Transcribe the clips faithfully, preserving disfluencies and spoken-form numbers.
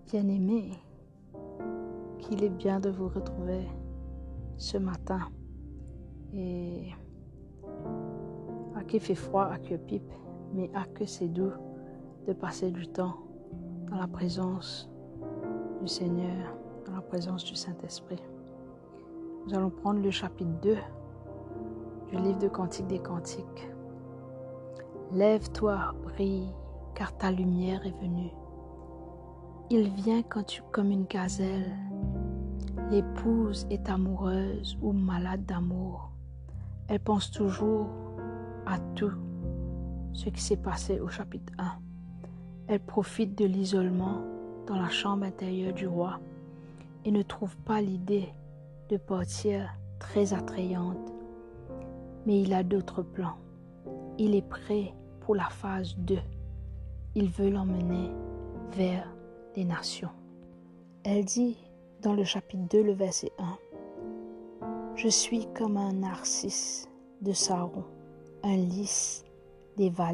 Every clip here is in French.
Bien-aimés, qu'il est bien de vous retrouver ce matin. Et à qui fait froid, à qui pipe, mais à que c'est doux de passer du temps dans la présence du Seigneur, dans la présence du Saint-Esprit. Nous allons prendre le chapitre deux du livre de Cantiques des Cantiques. Lève-toi, brille, car ta lumière est venue. Il vient quand tu, comme une gazelle. L'épouse est amoureuse ou malade d'amour. Elle pense toujours à tout ce qui s'est passé au chapitre un. Elle profite de l'isolement dans la chambre intérieure du roi et ne trouve pas l'idée de partir très attrayante. Mais il a d'autres plans. Il est prêt pour la phase deux. Il veut l'emmener vers les nations. Elle dit dans le chapitre deux, le verset un, « Je suis comme un narcisse de Saron, un lys des vallées. »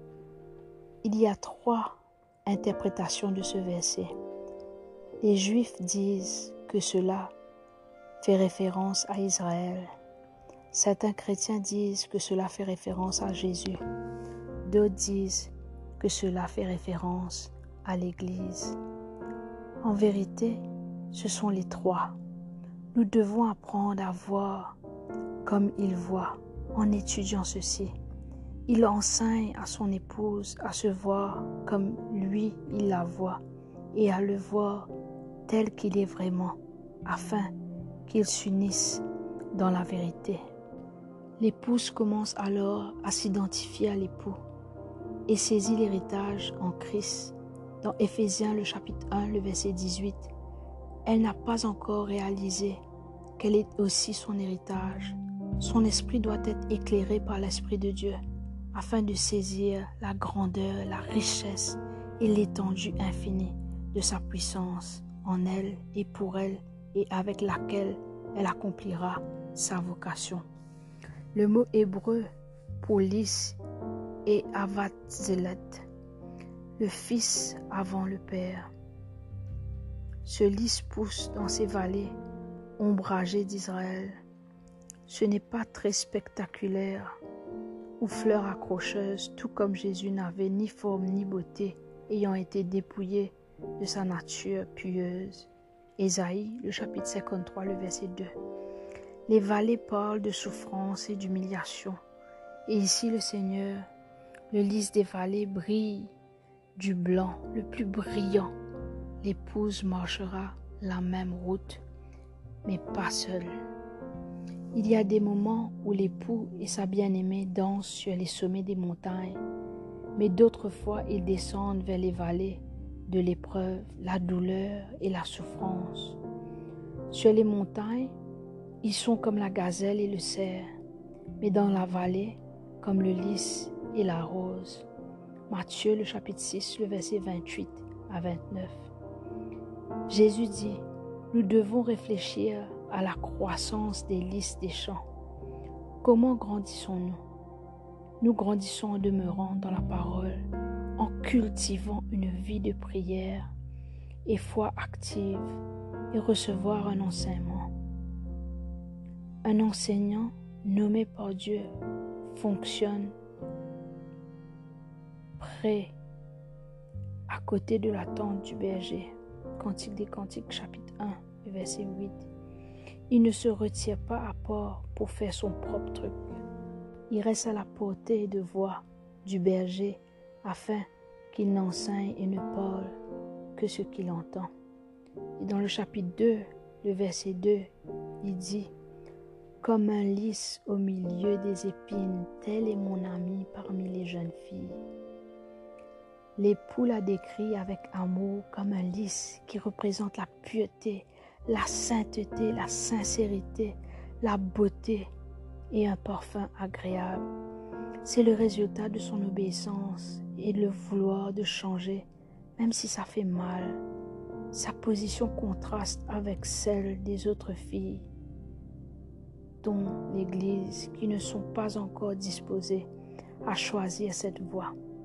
Il y a trois interprétations de ce verset. Les Juifs disent que cela fait référence à Israël. Certains chrétiens disent que cela fait référence à Jésus. D'autres disent que cela fait référence à l'Église. En vérité, ce sont les trois. Nous devons apprendre à voir comme il voit en étudiant ceci. Il enseigne à son épouse à se voir comme lui, il la voit, et à le voir tel qu'il est vraiment, afin qu'ils s'unissent dans la vérité. L'épouse commence alors à s'identifier à l'époux et saisit l'héritage en Christ. Dans Éphésiens, le chapitre un, le verset dix-huit, elle n'a pas encore réalisé qu'elle est aussi son héritage. Son esprit doit être éclairé par l'Esprit de Dieu afin de saisir la grandeur, la richesse et l'étendue infinie de sa puissance en elle et pour elle et avec laquelle elle accomplira sa vocation. Le mot hébreu pour lys est avatzelet, le fils avant le père. Ce lys pousse dans ces vallées ombragées d'Israël. Ce n'est pas très spectaculaire ou fleur accrocheuse, tout comme Jésus n'avait ni forme ni beauté, ayant été dépouillé de sa nature pieuse. Ésaïe, le chapitre cinquante-trois, le verset deux. Les vallées parlent de souffrance et d'humiliation. Et ici le Seigneur, le lys des vallées brille du blanc le plus brillant. L'épouse marchera la même route, mais pas seule. Il y a des moments où l'époux et sa bien-aimée dansent sur les sommets des montagnes, mais d'autres fois ils descendent vers les vallées de l'épreuve, la douleur et la souffrance. Sur les montagnes, ils sont comme la gazelle et le cerf, mais dans la vallée, comme le lys et la rose. Matthieu, le chapitre six, le verset vingt-huit à vingt-neuf. Jésus dit, nous devons réfléchir à la croissance des lys des champs. Comment grandissons-nous? Nous grandissons en demeurant dans la parole, en cultivant une vie de prière et foi active et recevoir un enseignement. Un enseignant nommé par Dieu fonctionne près, à côté de la tente du berger. Cantique des Cantiques, chapitre un, verset huit. Il ne se retire pas à part pour faire son propre truc. Il reste à la portée de voix du berger afin qu'il n'enseigne et ne parle que ce qu'il entend. Et dans le chapitre deux, le verset deux, il dit « Comme un lys au milieu des épines, tel est mon ami parmi les jeunes filles. » L'époux la décrit avec amour comme un lys qui représente la pureté, la sainteté, la sincérité, la beauté et un parfum agréable. C'est le résultat de son obéissance et le vouloir de changer, même si ça fait mal. Sa position contraste avec celle des autres filles, dont l'Église, qui ne sont pas encore disposées à choisir cette voie.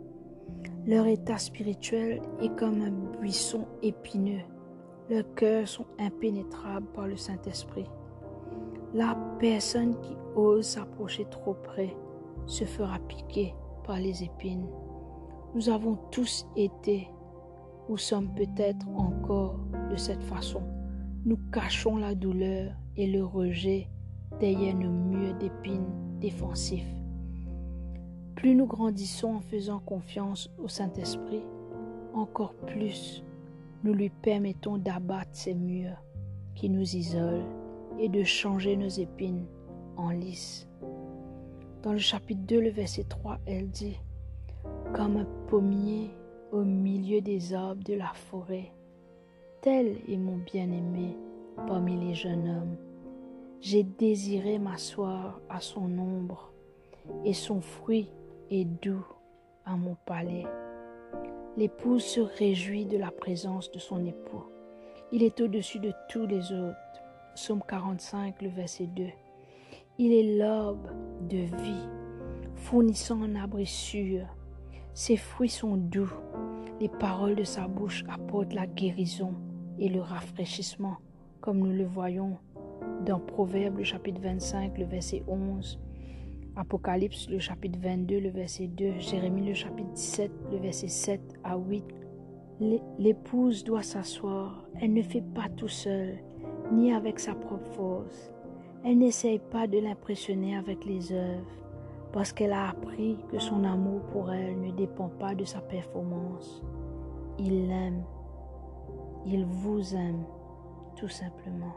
Leur état spirituel est comme un buisson épineux. Leurs cœurs sont impénétrables par le Saint-Esprit. La personne qui ose s'approcher trop près se fera piquer par les épines. Nous avons tous été, ou sommes peut-être encore de cette façon. Nous cachons la douleur et le rejet derrière nos murs d'épines défensifs. Plus nous grandissons en faisant confiance au Saint-Esprit, encore plus nous lui permettons d'abattre ces murs qui nous isolent et de changer nos épines en lys. Dans le chapitre deux, le verset trois, elle dit « Comme un pommier au milieu des arbres de la forêt, tel est mon bien-aimé parmi les jeunes hommes. J'ai désiré m'asseoir à son ombre, et son fruit est doux à mon palais. » L'épouse se réjouit de la présence de son époux. Il est au-dessus de tous les autres. Psaume quarante-cinq, le verset deux. Il est l'arbre de vie, fournissant un abri sûr. Ses fruits sont doux. Les paroles de sa bouche apportent la guérison et le rafraîchissement, comme nous le voyons dans Proverbes, le chapitre vingt-cinq, le verset onze, Apocalypse, le chapitre vingt-deux, le verset deux, Jérémie, le chapitre dix-sept, le verset sept à huit. L'épouse doit s'asseoir. Elle ne fait pas tout seul, ni avec sa propre force. Elle n'essaye pas de l'impressionner avec les œuvres, parce qu'elle a appris que son amour pour elle ne dépend pas de sa performance. Il l'aime. Il vous aime, tout simplement.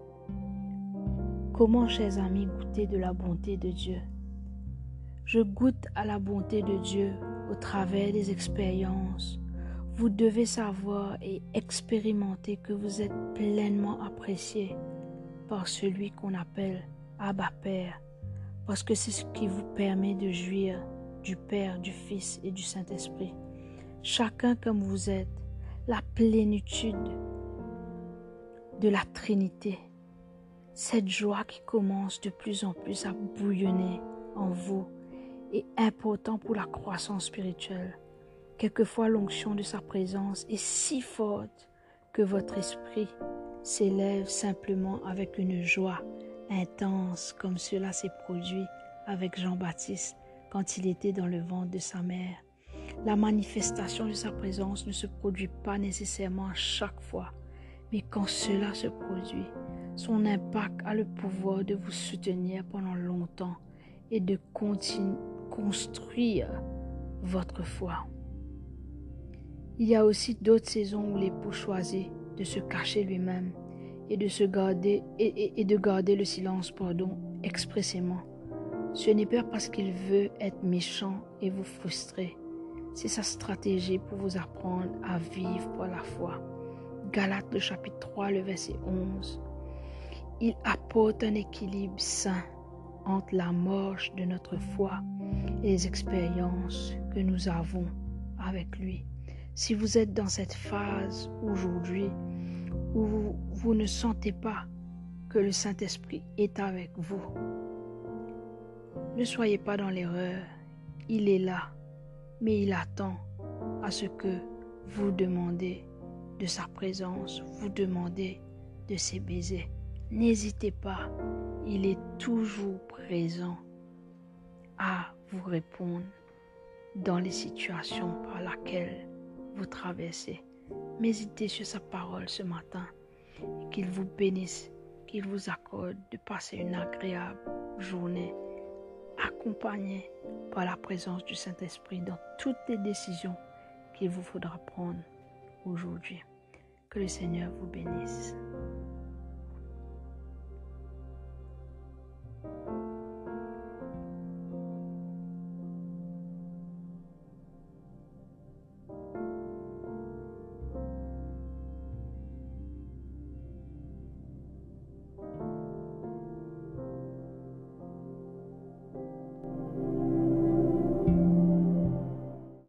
Comment, chers amis, goûter de la bonté de Dieu? Je goûte à la bonté de Dieu au travers des expériences. Vous devez savoir et expérimenter que vous êtes pleinement apprécié par celui qu'on appelle Abba Père, parce que c'est ce qui vous permet de jouir du Père, du Fils et du Saint-Esprit. Chacun comme vous êtes, la plénitude de la Trinité, cette joie qui commence de plus en plus à bouillonner en vous est important pour la croissance spirituelle. Quelquefois, l'onction de sa présence est si forte que votre esprit s'élève simplement avec une joie intense, comme cela s'est produit avec Jean-Baptiste quand il était dans le ventre de sa mère. La manifestation de sa présence ne se produit pas nécessairement chaque fois, mais quand cela se produit, son impact a le pouvoir de vous soutenir pendant longtemps et de continuer construire votre foi. Il y a aussi d'autres saisons où l'époux choisit de se cacher lui-même et de se garder et, et, et de garder le silence, pardon, expressément. Ce n'est pas parce qu'il veut être méchant et vous frustrer. C'est sa stratégie pour vous apprendre à vivre par la foi. Galates, le chapitre trois, le verset onze. Il apporte un équilibre sain entre la marche de notre foi et les expériences que nous avons avec lui. Si vous êtes dans cette phase aujourd'hui où vous, vous ne sentez pas que le Saint-Esprit est avec vous, ne soyez pas dans l'erreur. Il est là, mais il attend à ce que vous demandez de sa présence, vous demandez de ses baisers. N'hésitez pas, il est toujours présent à vous répondre dans les situations par lesquelles vous traversez. Méditez sur sa parole ce matin et qu'il vous bénisse, qu'il vous accorde de passer une agréable journée accompagné par la présence du Saint-Esprit dans toutes les décisions qu'il vous faudra prendre aujourd'hui. Que le Seigneur vous bénisse.